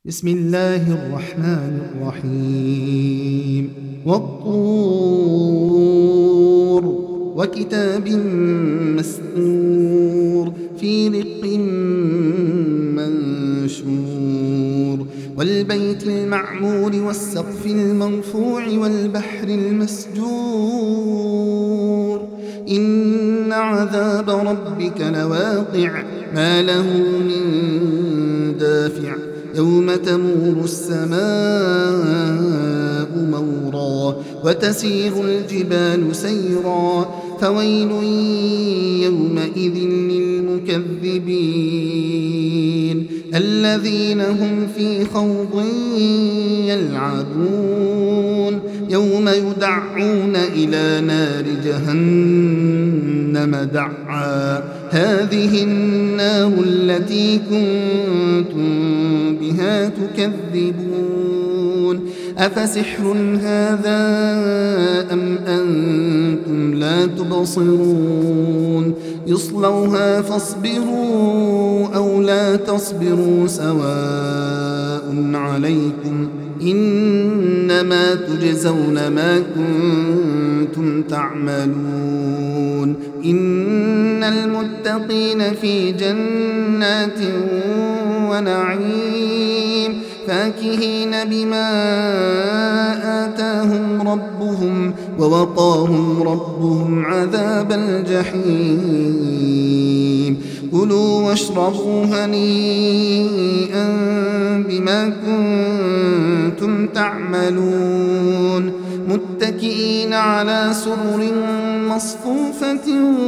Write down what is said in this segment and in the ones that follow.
بسم الله الرحمن الرحيم والطور وكتاب مسطور في رق منشور والبيت المعمور والسقف المرفوع والبحر المسجور إن عذاب ربك لواقع ما له من دافع يوم تمور السماء مورا وتسير الجبال سيرا فويل يومئذ للمكذبين الذين هم في خوض يلعبون يوم يدعون إلى نار جهنم دعا هذه النار التي كنتم بها تكذبون أفسحر هذا أم أنتم لا تبصرون يصلوها فاصبروا أو لا تصبروا سواء عليكم إنما تجزون ما كنتم تعملون إن المتقين في جنات ونعيم فاكهين بما آتاهم ربهم ووقاهم ربهم عذاب الجحيم كلوا واشربوا هنيئا بما كنتم تعملون متكئين على سرر مصفوفة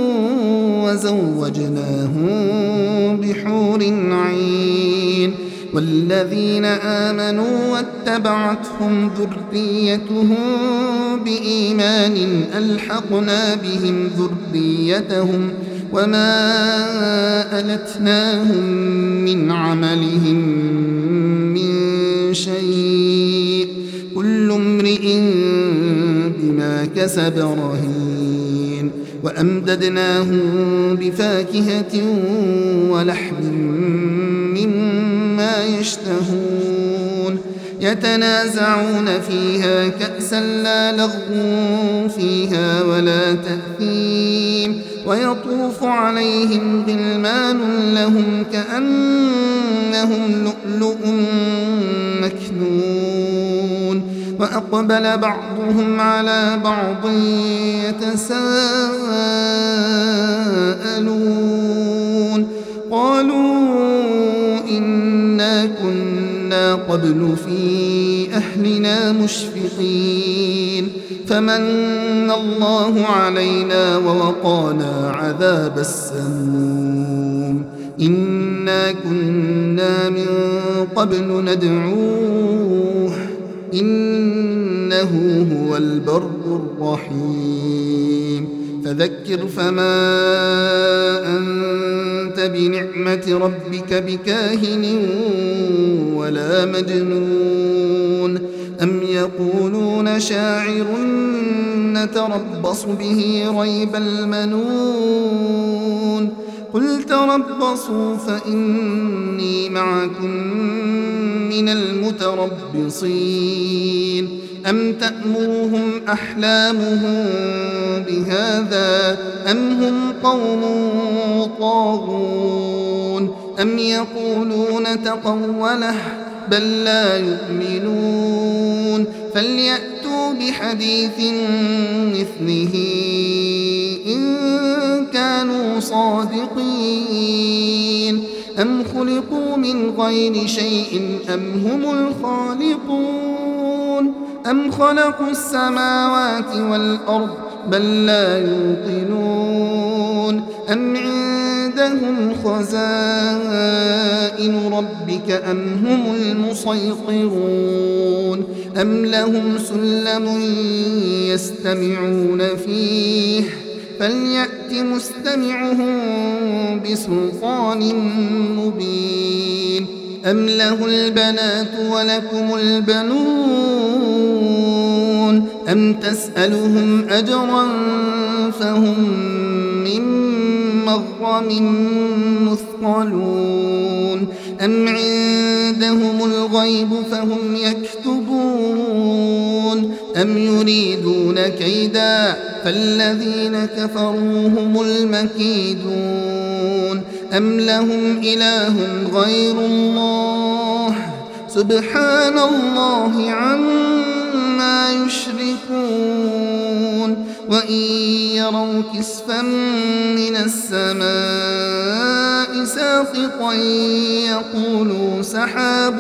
وزوجناهم بحور عين والذين آمنوا واتبعتهم ذريتهم بإيمان ألحقنا بهم ذريتهم وما ألتناهم من عملهم من شيء كل امرئ بما كسب رهين وأمددناهم بفاكهة ولحم مما يشتهون يتنازعون فيها كأسا لا لغو فيها ولا تأثيم ويطوف عليهم غلمان لهم كأنهم لؤلؤ مكنون وأقبل بعضهم على بعض يتساءلون قالوا إنا كنا قبل في أهلنا مشفقين فمن الله علينا ووقانا عذاب السموم إنا كنا من قبل ندعوه إنه هو البر الرحيم فذكر فما أنت بنعمة ربك بكاهن ولا مجنون أم يقولون شاعر نتربص به ريب المنون قل تربصوا فإني معكم من المتربصين أم تأمرهم أحلامهم بهذا أم هم قوم طاغون أم يقولون تقوله بل لا يؤمنون فليأتوا بحديث مثله إن كانوا صادقين أم خلقوا من غير شيء أم هم الخالقون أم خلقوا السماوات والأرض بل لا يوقنون أم عندهم خزائن ربك أم هم المسيطرون أم لهم سلم يستمعون فيه فليأت مستمعهم بسلطان مبين أم له البنات ولكم البنون أم تسألهم أجرا فهم من مغرم مثقلون أم عند عندهم الغيب فهم يكتبون أم يريدون كيدا فالذين كفروا هم المكيدون أم لهم إله غير الله سبحان الله عما يشركون وإن يروا كسفا من السماء ساقطا يقولوا سحاب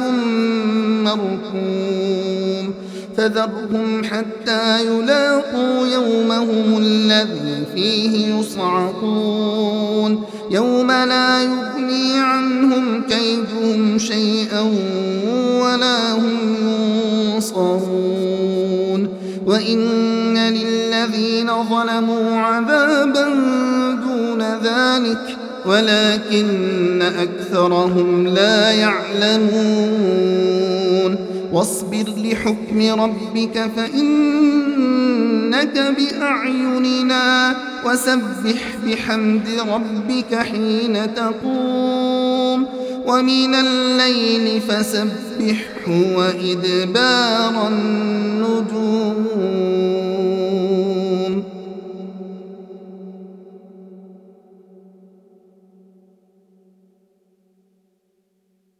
مركوم فذرهم حتى يلاقوا يومهم الذي فيه يصعقون يوم لا يغني عنهم كيدهم شيئا ولا هم ينصرون وإن للذين ظلموا عذابا دون ذلك ولكن أكثرهم لا يعلمون واصبر لحكم ربك فإنك بأعيننا وسبح بحمد ربك حين تقوم ومن الليل فسبحه وإدبار النجوم